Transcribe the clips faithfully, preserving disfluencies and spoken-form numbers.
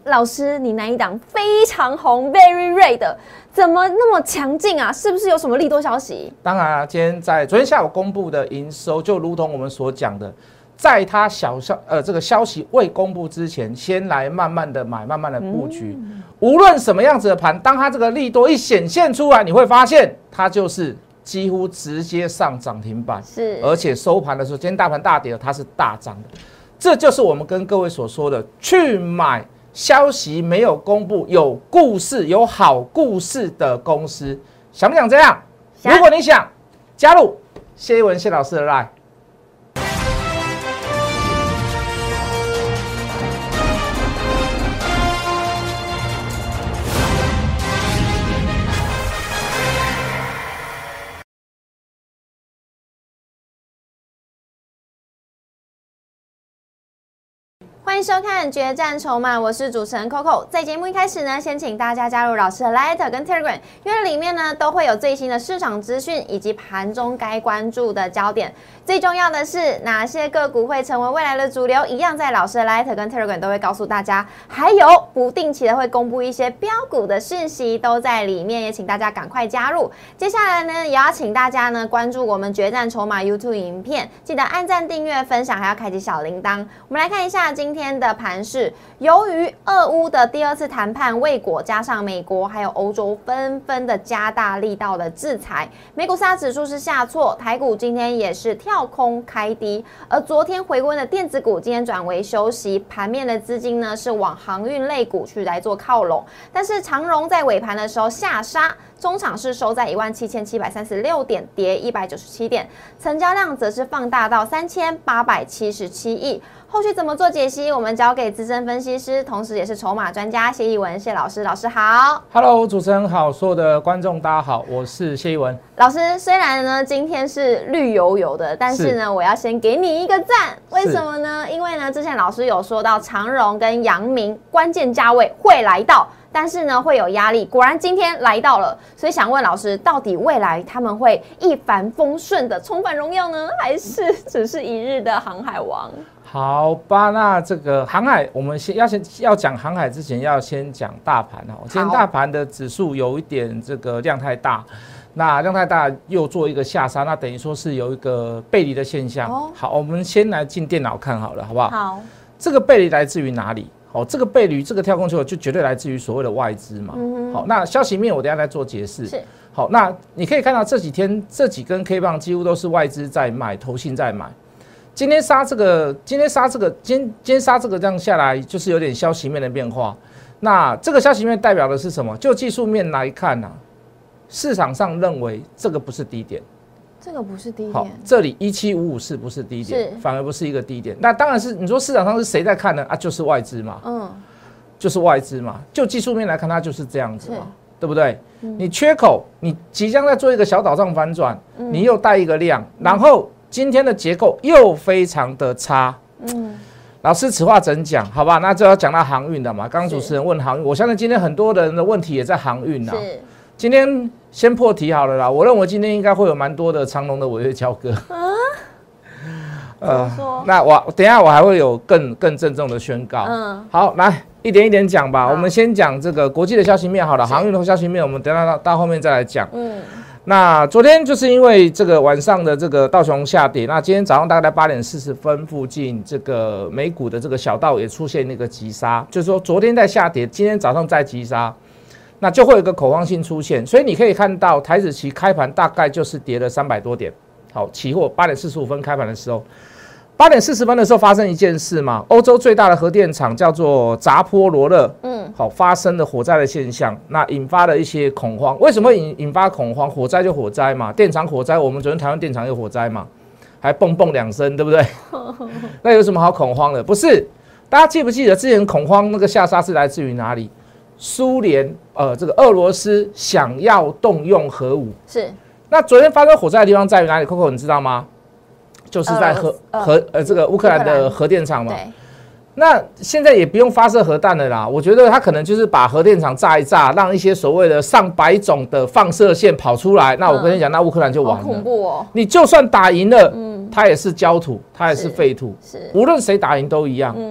老师，你那一档非常红 ，very red 的，怎么那么强劲啊？是不是有什么利多消息？ 当然啊，今天在昨天下午公布的营收，就如同我们所讲的，在它小消呃这个消息未公布之前，先来慢慢的买，慢慢的布局。嗯、无论什么样子的盘，当它这个利多一显现出来，你会发现它就是几乎直接上涨停板， 是， 而且收盘的时候，今天大盘大跌了，它是大涨的。这就是我们跟各位所说的，去买消息没有公布、有故事、有好故事的公司，想不想这样？如果你想加入谢一文谢老师的 Line。 欢迎收看《决战筹码》，我是主持人 Coco。在节目一开始呢，先请大家加入老师的 Line 跟 Telegram， 因为里面呢都会有最新的市场资讯以及盘中该关注的焦点。最重要的是，哪些个股会成为未来的主流，一样在老师的 Line 跟 Telegram 都会告诉大家。还有不定期的会公布一些标股的讯息，都在里面，也请大家赶快加入。接下来呢，也要请大家呢关注我们《决战筹码》YouTube 影片，记得按赞、订阅、分享，还要开启小铃铛。我们来看一下今天。今天的盘势，由于俄乌的第二次谈判未果，加上美国还有欧洲纷纷的加大力道的制裁，美股四大指数是下挫，台股今天也是跳空开低，而昨天回温的电子股今天转为休息，盘面的资金呢是往航运类股去来做靠拢，但是长荣在尾盘的时候下杀。中场是收在一万七千七百三十六点，跌一百九十七点，成交量则是放大到三千八百七十七亿。后续怎么做解析？我们交给资深分析师，同时也是筹码专家谢一文谢老师。老师好 ，Hello， 主持人好，所有的观众大家好，我是谢一文老师。虽然呢今天是绿油油的，但是呢，是我要先给你一个赞。为什么呢？因为呢，之前老师有说到长荣跟阳明关键价位会来到。但是呢，会有压力。果然今天来到了，所以想问老师，到底未来他们会一帆风顺的重返荣耀呢，还是只是一日的航海王？ 好吧，那这个航海，我们先要先要讲航海之前，要先讲大盘哦。今天大盘的指数有一点这个量太大，那量太大又做一个下杀，那等于说是有一个背离的现象。哦、好，我们先来进电脑看好了，好不好？好，这个背离来自于哪里？哦，这个背离，这个跳空缺口就绝对来自于所谓的外资嘛。嗯、好，那消息面我等一下再做解释。是。好，那你可以看到这几天这几根 K 棒几乎都是外资在买，投信在买。今天杀这个，今天杀这个，今天今天杀这个这样下来，就是有点消息面的变化。那这个消息面代表的是什么？就技术面来看呢、啊，市场上认为这个不是低点。 这个不是低点， 好，这里一七五五四不是低点，反而不是一个低点。那当然是你说市场上是谁在看呢？啊，就是外资嘛，嗯，就是外资嘛。就技术面来看，它就是这样子嘛，对不对？嗯、你缺口，你即将在做一个小倒账反转，嗯、你又带一个量，然后今天的结构又非常的差，嗯。老师此话怎讲？好吧，那就要讲到航运的嘛。刚刚主持人问航运，我相信今天很多人的问题也在航运啊。是。今天先破题好了啦，我认为今天应该会有蛮多的长荣的违约交割。啊？呃，那我等一下我还会有更更郑重的宣告。嗯。好，来一点一点讲吧。我们先讲这个国际的消息面好了，航运的消息面我们等一下到到后面再来讲。嗯。那昨天就是因为这个晚上的这个道琼下跌，那今天早上大概在八点四十分附近，这个美股的这个小道也出现那个急杀，就是说昨天在下跌，今天早上再急杀。那就会有一个恐慌性出现，所以你可以看到台指期开盘大概就是跌了三百多点。好，期货八点四十五分开盘的时候，八点四十分的时候发生一件事嘛，欧洲最大的核电厂叫做扎波罗热，嗯，好，发生了火灾的现象，那引发了一些恐慌。为什么引引发恐慌？火灾就火灾嘛，电厂火灾，我们昨天台湾电厂有火灾嘛，还蹦蹦两声，对不对？那有什么好恐慌的？不是，大家记不记得之前恐慌那个下杀是来自于哪里？苏联呃，这个俄罗斯想要动用核武，是。那昨天发生火灾的地方在于哪里 ？Coco 你知道吗？就是在核核呃这个乌克兰的核电厂嘛。那现在也不用发射核弹了啦，我觉得他可能就是把核电厂炸一炸，让一些所谓的上百种的放射线跑出来。那我跟你讲，那乌克兰就完了。好恐怖哦！你就算打赢了，嗯，它也是焦土，它也是废土，是。无论谁打赢都一样。嗯。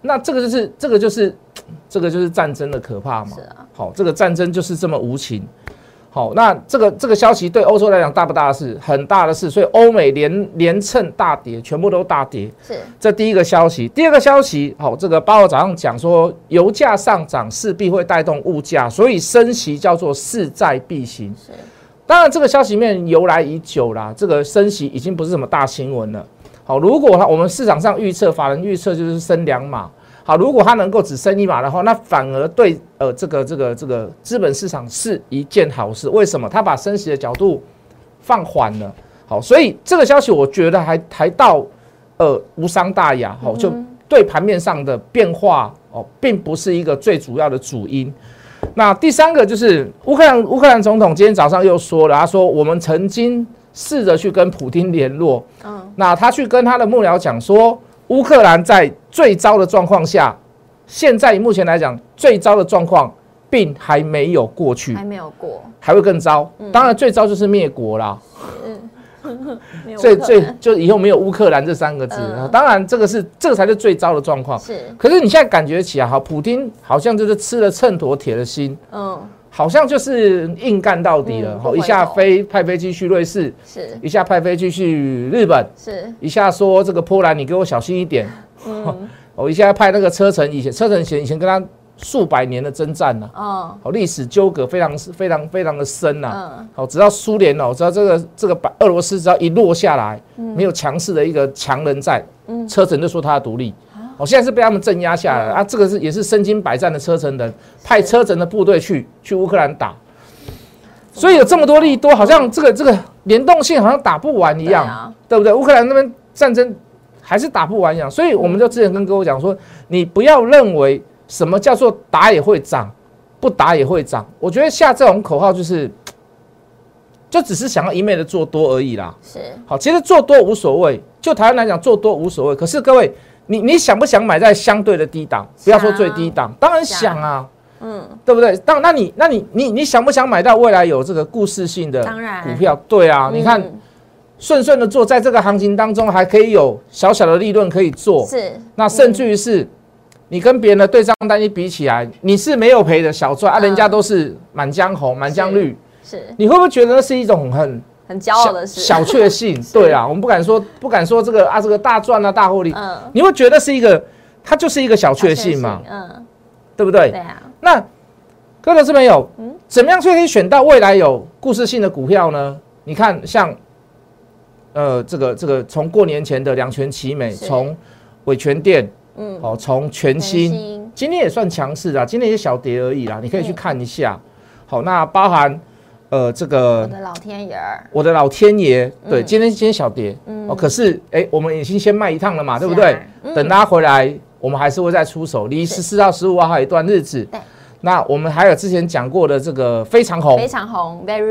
那这个就是这个就是这个就是战争的可怕嘛。 是啊。 好，这个战争就是这么无情。好，那这个这个消息对欧洲来讲大不大的事？很大的事，所以欧美连连蹭大跌，全部都大跌。 是， 这第一个消息。第二个消息，好，这个鲍尔早上讲说，油价上涨势必会带动物价，所以升息叫做势在必行。 是， 当然这个消息面由来已久啦，这个升息已经不是什么大新闻了。好，如果我们市场上预测，法人预测就是升两码。好，如果它能够只升一码的话，那反而对呃这个这个这个资本市场是一件好事。为什么？它把升息的角度放缓了。好，所以这个消息我觉得还还到呃无伤大雅。好，就对盘面上的变化哦，并不是一个最主要的主因。那第三个就是乌克兰乌克兰总统今天早上又说了，他说我们曾经试着去跟普丁联络，嗯，那他去跟他的幕僚讲说。乌克兰在最糟的状况下，现在目前来讲，最糟的状况并还没有过去， 还没有过， 还会更糟。嗯、当然，最糟就是灭国啦。嗯，最最就以后没有乌克兰这三个字。嗯、当然，这个是这个才是最糟的状况。是，可是你现在感觉起来，好，普丁好像就是吃了秤砣铁了心。嗯。好像就是硬干到底了，好、嗯，一下飞派飞机去瑞士，是，一下派飞机去日本，是，一下说这个波兰你给我小心一点，嗯，我一下派那个车臣，以前车臣以前以前跟他数百年的征战呐、啊，哦，好，历史纠葛非常非常非常的深呐、啊，嗯，好，直到苏联哦，直到这个这个俄罗斯只要一落下来，嗯、没有强势的一个强人在，嗯，车臣就说他的独立。哦，现在是被他们镇压下来了、嗯、啊！这个是也是身经百战的车臣人，派车臣的部队去去乌克兰打，所以有这么多利多，好像这个这个联动性好像打不完一样， 对,、啊、对不对？乌克兰那边战争还是打不完一样，所以我们就之前跟各位讲说，你不要认为什么叫做打也会涨，不打也会涨。我觉得下这种口号就是，就只是想要一昧的做多而已啦。是，好，其实做多无所谓，就台湾来讲做多无所谓，可是各位。你你想不想买在相对的低档？不要说最低档，当然想啊，嗯，对不对？当那你那你你你想不想买到未来有这个故事性的股票？对啊，嗯、你看顺顺的做，在这个行情当中还可以有小小的利润可以做，是。那甚至于是、嗯、你跟别人的对账单一比起来，你是没有赔的小赚啊，人家都是满江红、满江绿，是。你会不会觉得那是一种很？ 很骄傲的事， 小确幸，对啊，我们不敢说，不敢说这个啊，这个大赚啊，大获利，嗯，你会觉得是一个，它就是一个小确幸嘛，嗯，对不对？对啊。那各位投资朋友，嗯，怎么样才可以选到未来有故事性的股票呢？你看，像，呃，这个这个从过年前的两全其美，从伟全店，嗯，哦，从全新，今天也算强势啊，今天也小跌而已啦，你可以去看一下。好，那包含。呃，这个我的老天爷儿， 我的老天爷，对，嗯、今天今天小跌，嗯，哦，可是哎、欸，我们已经先卖一趟了嘛，对不对？啊嗯、等大家回来，我们还是会再出手，离十四号、十五号还有一段日子。对，那我们还有之前讲过的这个非常红， 非常红 ，very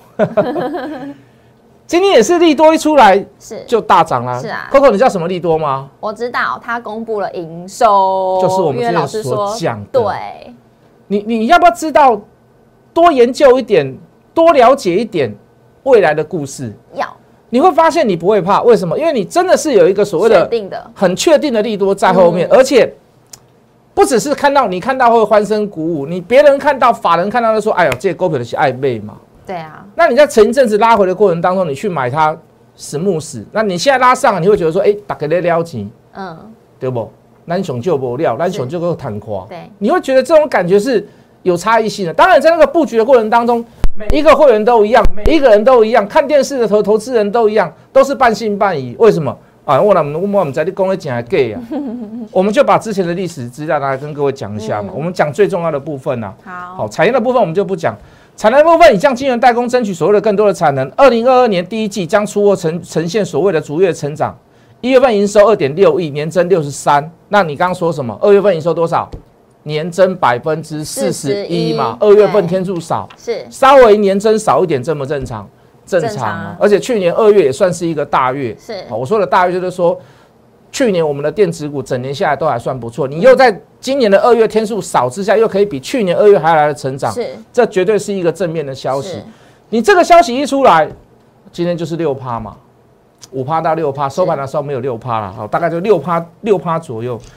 red。 今天也是利多一出来，是就大涨啦。是啊 ，Coco， 你知道什么利多吗？ 我知道，他公布了营收， 就是我们之前所讲的。 对， 你你要不要知道？多研究一点。多了解一点未来的故事，要你会发现你不会怕，为什么？因为你真的是有一个所谓的很确定的利多在后面，嗯、而且不只是看到你看到会欢声鼓舞，你别人看到、法人看到就说：“哎呦，这股票的是爱妹嘛。”对啊。那你在前一阵子拉回的过程当中，你去买它死木死，那你现在拉上，你会觉得说：“哎、欸，大家在撩钱，嗯，对不？咱熊就不料，咱熊就够贪夸。”对，你会觉得这种感觉是有差异性的。当然，在那个布局的过程当中。每一个会员都一样，每一个人都一样，看电视的投投资人都一样，都是半信半疑。为什么啊？我们我们在你讲的讲还 gay 啊，我们就把之前的历史资料拿来跟各位讲一下嘛。嗯、我们讲最重要的部分啊。好，好，产业的部分我们就不讲，产能部分以向晶圆代工争取所谓的更多的产能。二零二二年第一季将出货呈呈现所谓的逐月成长，一月份营收二点六亿，年增六十三。那你刚刚说什么？二月份营收多少？年增百分之四十一嘛，二月份天数少，是稍微年增少一点，正不正常？正常啊。而且去年二月也算是一个大月，是。我说的大月就是说，去年我们的电子股整年下来都还算不错，你又在今年的二月天数少之下，又可以比去年二月还来的成长，是。这绝对是一个正面的消息。你这个消息一出来，今天就是六趴嘛，五趴到六趴，收盘的时候没有六趴了，好，大概就六趴六趴左右。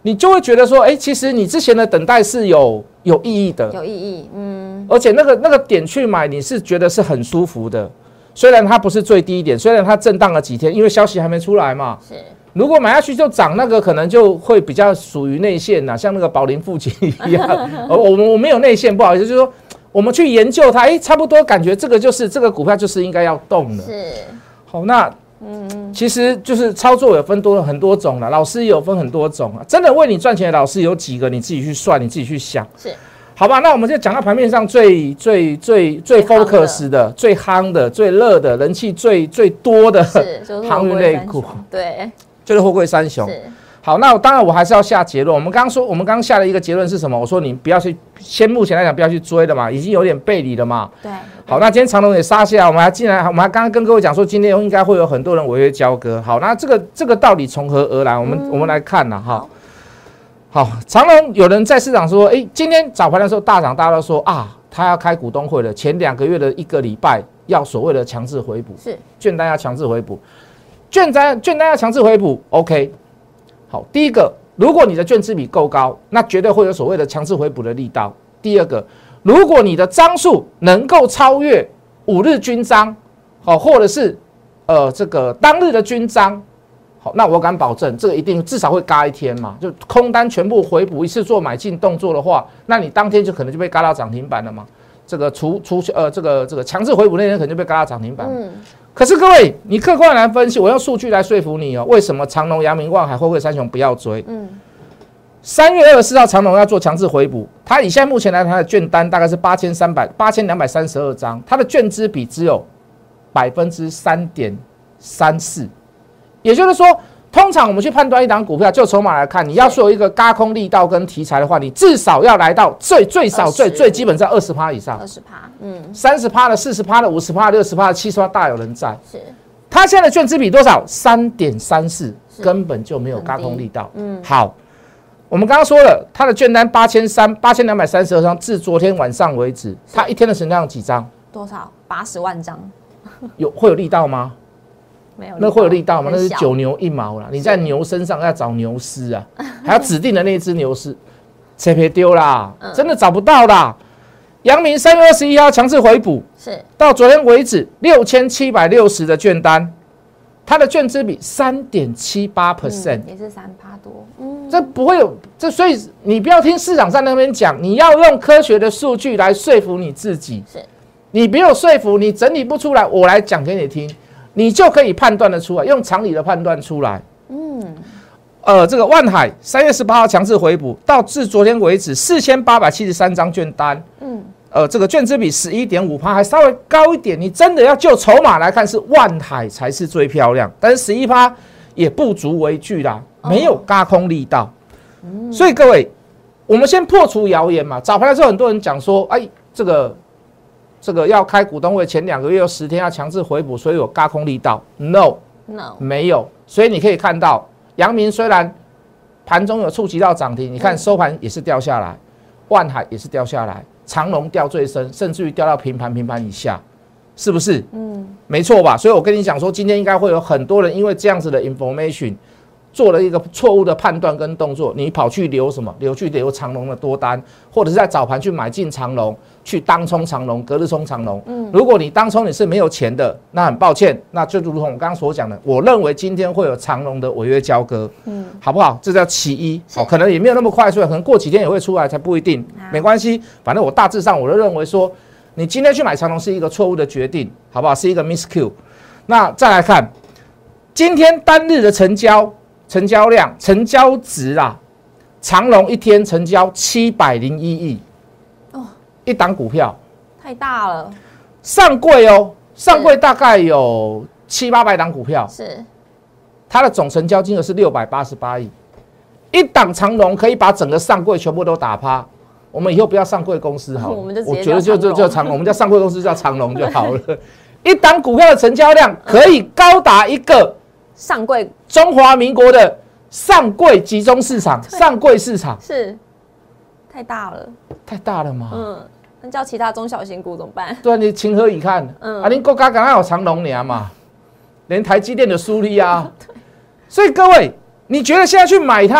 你就会觉得说，哎，其实你之前的等待是有有意义的， 有意义，嗯， 而且那个那个点去买，你是觉得是很舒服的。虽然它不是最低点，虽然它震荡了几天，因为消息还没出来嘛。 是， 如果买下去就涨，那个可能就会比较属于内线呐，像那个宝林富锦一样。我我们我没有内线，不好意思，就是说我们去研究它，哎，差不多感觉这个就是这个股票就是应该要动的。 是， 好，那。嗯，其实就是操作有分多很多种了，老师也有分很多种啊。真的为你赚钱的老师有几个？你自己去算，你自己去想。 是， 好吧？那我们就讲到盘面上最最最最 focus 的、最夯的、最热的、人气最最多的航运类股， 对， 就是货柜三雄。好，那当然我还是要下结论。我们刚刚说，我们刚刚下的一个结论是什么？我说你不要去，先目前来讲不要去追了嘛，已经有点背离了嘛。 对。 好，那今天长荣也杀下来，我们还进来，我们还刚刚跟各位讲说，今天应该会有很多人违约交割。好，那这个这个到底从何而来？我们、嗯、我们来看呐，哈。好，长荣有人在市场说，哎，今天早盘的时候大涨，大家都说啊，他要开股东会了，前两个月的一个礼拜要所谓的强制回补， 是券单要强制回补，券单券单要强制回补 ，OK。好，第一个，如果你的券资比够高，那绝对会有所谓的强制回补的力道。第二个，如果你的张数能够超越五日均张，好，或者是呃这个当日的均张，好，那我敢保证，这个一定至少会嘎一天嘛。就空单全部回补一次做买进动作的话，那你当天就可能就被嘎到涨停板了嘛。这个除除呃这个这个强制回补那天可能就被嘎到涨停板。嗯。可是各位，你客观来分析，我用数据来说服你哦。为什么长荣、阳明、万海、货柜三雄不要追？嗯，三月二十四号长荣要做强制回补，它以现在目前来看，它的券单大概是八千三百八千两百三十二张，它的券资比只有百分之三点三四，也就是说，通常我们去判断一档股票，就筹码来看，你要说有一个軋空力道跟题材的话，你至少要来到最最少最最基本在二十趴以上， 二十趴，嗯， 三十趴的、四十趴的、五十趴的、六十趴的、七十趴大有人在。 是， 它现在的券资比多少？三点三四，根本就没有軋空力道。嗯，好，我们刚刚说了，它的券单八千三八千两百三十二张，至昨天晚上为止，它一天的成交量几张？ 多少？八十万张。 有会有力道吗？ 没有， 那会有力道吗？那是九牛一毛啦。你在牛身上要找牛尸啊，还要指定的那只牛尸，切别丢啦，真的找不到啦。阳明三月二十一号强制回补， 是到昨天为止六千七百六十的券单，它的券资比三点七八 percent， 也是三趴多。嗯， 这不会有这，所以你不要听市场上那边讲，你要用科学的数据来说服你自己。 是， 你没有说服，你整理不出来，我来讲给你听。你就可以判断得出来，用常理的判断出来。嗯，呃，这个万海三月十八号强制回补，到至昨天为止四千八百七十三张券单。嗯，呃，这个券资比十一点五趴，还稍微高一点。你真的要就筹码来看，是万海才是最漂亮，但是十一趴也不足为惧啦，没有軋空力道。嗯，所以各位，我们先破除谣言嘛。早盘的时候，很多人讲说，哎，这个。这个要开股东会前两个月有十天要强制回补，所以有軋空力道 ？No， No， 没有。所以你可以看到，阳明虽然盘中有触及到涨停，你看收盘也是掉下来，万海也是掉下来，长荣掉最深，甚至于掉到平盘平盘以下，是不是？嗯，没错吧？所以我跟你讲说，今天应该会有很多人因为这样子的 information 做了一个错误的判断跟动作，你跑去留什么？留去留长荣的多单，或者是在早盘去买进长荣。去当冲长荣，隔日冲长荣。嗯，如果你当冲你是没有钱的，那很抱歉，那就如同我刚刚所讲的，我认为今天会有长荣的违约交割，嗯，好不好？这叫其一，好，可能也没有那么快出来，可能过几天也会出来，才不一定，没关系，反正我大致上我都认为说，你今天去买长荣是一个错误的决定，好不好？是一个 miscue。那再来看今天单日的成交、成交量、成交值啊，长荣一天成交七百零一亿。一档股票太大了， 上柜哦，上柜大概有七八百档股票， 是它的总成交金额是六百八十八亿，一档长荣可以把整个上柜全部都打趴。我们以后不要上柜公司好了，我觉得就就就长荣，我们叫上柜公司叫长荣就好了。一档股票的成交量可以高达一个上柜中华民国的上柜集中市场，上柜市场是太大了， 太大了嘛， 嗯。那叫其他中小型股怎么办？ 对啊，你情何以堪？嗯啊，您国家刚刚有长荣年嘛，连台积电的苏力啊，所以各位，你觉得现在去买它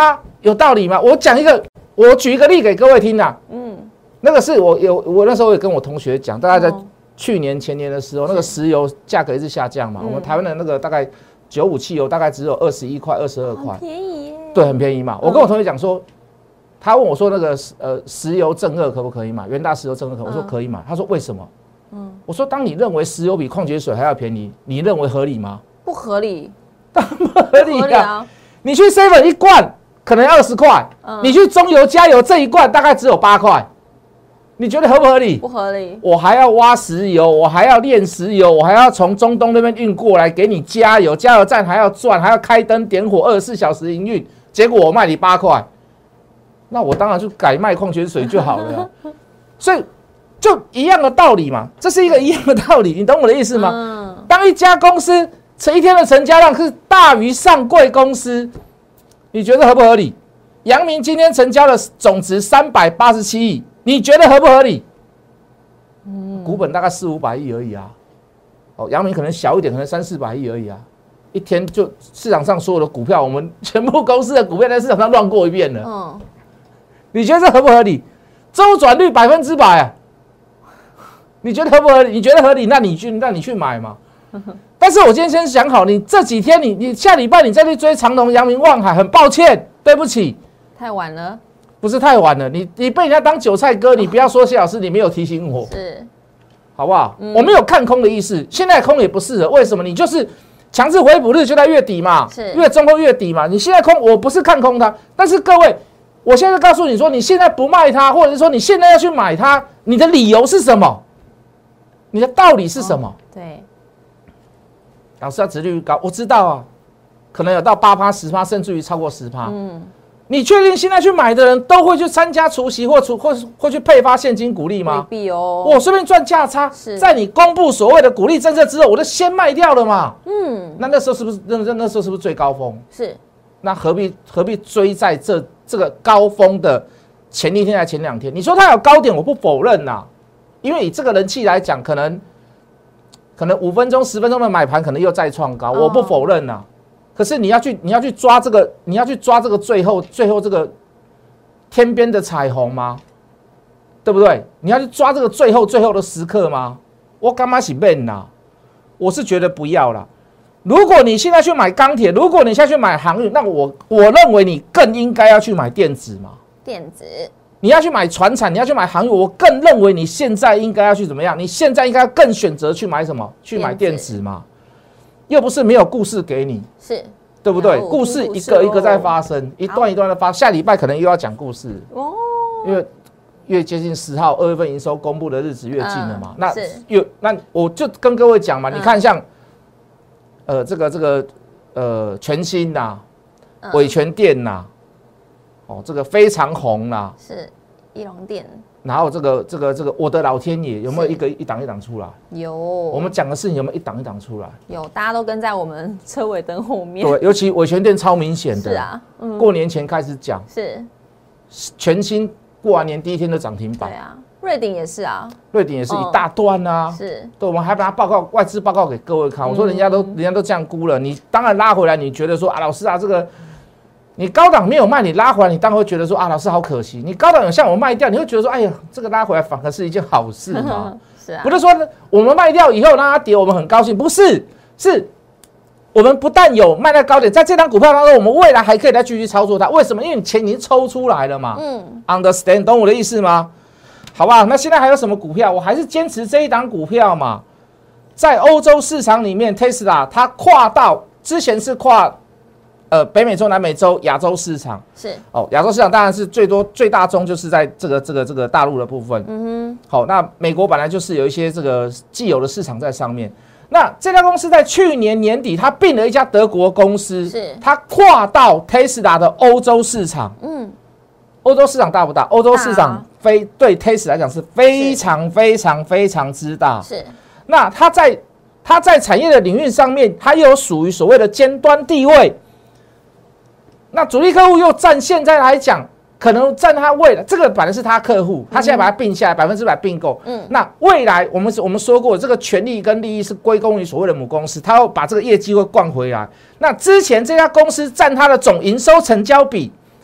有道理吗？我讲一个，我举一个例给各位听啊。嗯，那个是我有我那时候也跟我同学讲，大概在去年前年的时候，那个石油价格一直下降嘛，我们台湾的那个大概九五汽油大概只有二十一块、二十二块， 便宜耶。 对，很便宜嘛。我跟我同学讲说，他问我说那个呃石油正二可不可以买？元大石油正二可，我说可以买。他说为什么？嗯，我说当你认为石油比矿泉水还要便宜，你认为合理吗？ 不合理， 当然不合理啊！你去 seven 一罐可能要二十块，你去中油加油这一罐大概只有八块，你觉得合不合理？ 不合理。 我还要挖石油，我还要炼石油，我还要从中东那边运过来给你加油，加油站还要赚，还要开灯点火，二十四小时营运，结果我卖你八块，那我当然就改卖矿泉水就好了啊。所以。就一样的道理嘛，这是一个一样的道理，你懂我的意思吗？嗯、当一家公司一天的成交量是大于上柜公司，你觉得合不合理？阳明今天成交的总值三百八十七亿，你觉得合不合理？嗯、股本大概四五百亿而已啊，哦，阳明可能小一点，可能三四百亿而已啊，一天就市场上所有的股票，我们全部公司的股票在市场上乱过一遍了。嗯、你觉得这合不合理？周转率百分之百啊！你觉得合不合理？你觉得合理，那你去，那你去买嘛。但是我今天先想好，你这几天你你下礼拜你再去追长荣、阳明、万海，很抱歉，对不起， 太晚了。 不是太晚了，你你被人家当韭菜割，你不要说谢老师你没有提醒我，是，好不好？嗯、我没有看空的意思，现在空也不适合，为什么？你就是强制回补日就在月底嘛，是月中或月底嘛，你现在空，我不是看空它，但是各位，我现在告诉你说，你现在不卖它，或者是说你现在要去买它，你的理由是什么？你的道理是什么？哦、 对， 老师要殖利率高，我知道啊，可能有到八趴、十趴，甚至于超过十趴。嗯，你确定现在去买的人都会去参加除息或除或会去配发现金股利吗？ 未必哦。 我随便赚价差，在你公布所谓的股利政策之后，我就先卖掉了嘛。嗯，那那时候是不是那那时候是不是最高峰？ 是。 那何必何必追在这这个高峰的前一天还前两天？你说它有高点，我不否认呐。因为以这个人气来讲，可能可能五分钟、十分钟的买盘，可能又再创高，我不否认呐。可是你要去，你要去抓这个，你要去抓这个最后最后这个天边的彩虹吗？对不对？你要去抓这个最后最后的时刻吗？我干嘛是笨呐？我是觉得不要啦。如果你现在去买钢铁，如果你现在去买航运，那我我认为你更应该要去买电子嘛。 电子。 你要去买传产，你要去买航运，我更认为你现在应该要去怎么样？你现在应该更选择去买什么？去买电子嘛，又不是没有故事给你， 是对不对？故事一个一个在发生，一段一段的发。下礼拜可能又要讲故事哦，因为越接近十号，二月份营收公布的日子越近了嘛。那越那我就跟各位讲嘛，你看像呃这个这个呃全新呐，伟全电呐。哦，这个非常红啦， 是一龙电， 然后这个这个这个我的老天爷有没有一个一档一档出来？ 有， 我们讲的事情有没有一档一档出来？ 有，大家都跟在我们车尾灯后面。 对，尤其伟全电超明显的， 是啊， 嗯、过年前开始讲， 是全新过完年第一天就涨停板， 对啊，瑞鼎也是啊， 瑞鼎也是一大段啊， 嗯、是， 对，我们还把它报告外资报告给各位看，我说人家都、嗯、人家都这样估了，你当然拉回来，你觉得说啊，老师啊这个。你高档没有卖，你拉回来，你当然会觉得说啊，老师好可惜。你高档有像我卖掉，你会觉得说，哎呀，这个拉回来反而是一件好事嘛。 是啊， 不是说我们卖掉以后让它跌，我们很高兴，不是，是我们不但有卖在高点，在这张股票当中，我们未来还可以再继续操作它。为什么？因为你钱已经抽出来了嘛。嗯 ，understand， 懂我的意思吗？好不好？那现在还有什么股票？我还是坚持这一档股票嘛。在欧洲市场里面 ，Tesla 它跨到之前是跨。呃，北美洲、南美洲、亚洲市场是哦，亚洲市场当然是最多、最大宗就是在这个、这个、这个大陆的部分。嗯哼，好，那美国本来就是有一些这个既有的市场在上面。那这家公司在去年年底，它并了一家德国公司，是它跨到 Tesla 的欧洲市场。嗯，欧洲市场大不大？欧洲市场非对 Tesla 来讲是非常、非常、非常之大。是，那它在它在产业的领域上面，它又有属于所谓的尖端地位。那主力客户又占现在来讲，可能占他未来这个本来是他客户，他现在把它并下来，百分之百并购。嗯，那未来我们我们说过，这个权利跟利益是归功于所谓的母公司，他要把这个业绩会灌回来。那之前这家公司占它的总营收成交比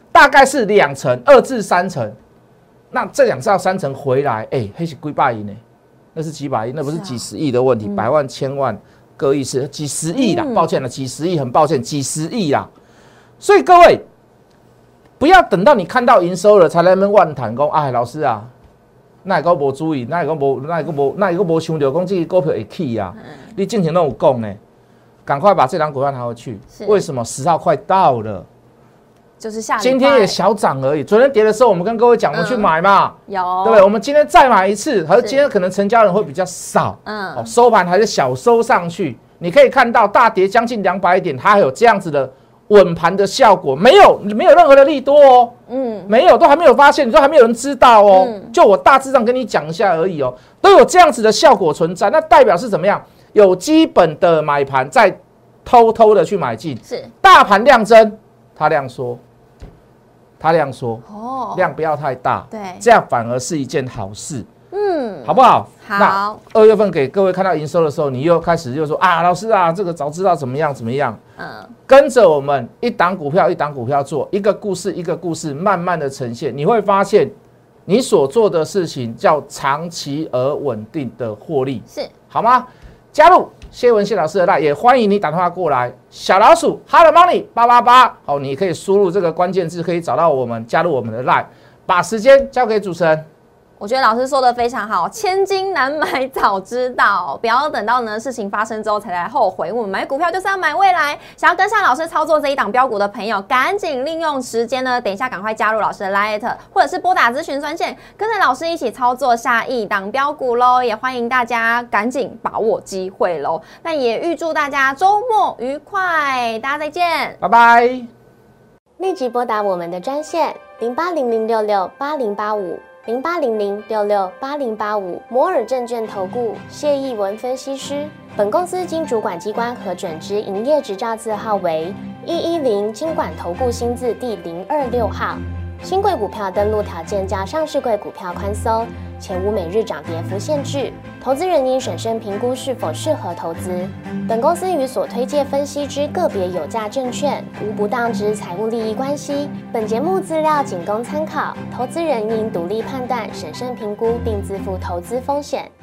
大概是两成，二至三成。那这两到三成回来，哎、欸，那是几百亿呢？那是几百亿，那不是几十亿的问题，啊嗯、百万、千万各亿是几十亿啦。嗯、抱歉了，几十亿，很抱歉，几十亿啦。所以各位，不要等到你看到营收了才来那边万谈讲，哎，老师啊，那个无注意，那个无，那个无，那个无想到讲这个股票会起啊。嗯、你之前都有讲呢，赶快把这张股票拿回去。为什么十号快到了？ 就是下今天也小涨而已。昨天跌的时候，我们跟各位讲，我们去买嘛， 嗯、有， 对不对？我们今天再买一次，可是今天可能成交人会比较少，嗯，哦、收盘还是小收上去。你可以看到大跌将近两百点，它还有这样子的稳盘的效果，没有没有任何的利多哦，嗯，没有，都还没有发现，都还没有人知道哦，嗯、就我大致上跟你讲一下而已哦，都有这样子的效果存在，那代表是怎么样？有基本的买盘在偷偷的去买进， 是大盘量增，它量缩。他量缩，哦，量不要太大， 对， 这样反而是一件好事， 嗯， 好不好？ 好。 那二月份给各位看到营收的时候，你又开始又说啊，老师啊，这个早知道怎么样怎么样，嗯，跟着我们一档股票一档股票做，一个故事一个故事慢慢的呈现，你会发现你所做的事情叫长期而稳定的获利， 是好吗？加入谢文谢老师的 LINE， 也欢迎你打电话过来，小老鼠 Hot Money 八八八，好，你可以输入这个关键字，可以找到我们，加入我们的 LINE， 把时间交给主持人。 我觉得老师说的非常好，千金难买早知道，不要等到呢事情发生之后才来后悔。我们买股票就是要买未来，想要跟上老师操作这一档标股的朋友，赶紧利用时间呢，等一下赶快加入老师的 LINE， 或者是拨打咨询专线，跟着老师一起操作下一档标股喽。也欢迎大家赶紧把握机会喽。那也预祝大家周末愉快，大家再见， 拜拜。 立即拨打我们的专线零八零零六六八零八五。零八零零六六八零八五摩尔证券投顾谢逸文分析师，本公司经主管机关核准之营业执照字号为一一零金管投顾新字第零二六号。新贵股票登录条件较上市贵股票宽松，且无每日涨跌幅限制，投资人应审慎评估是否适合投资。本公司与所推介分析之个别有价证券无不当之财务利益关系。本节目资料仅供参考，投资人应独立判断、审慎评估并自负投资风险。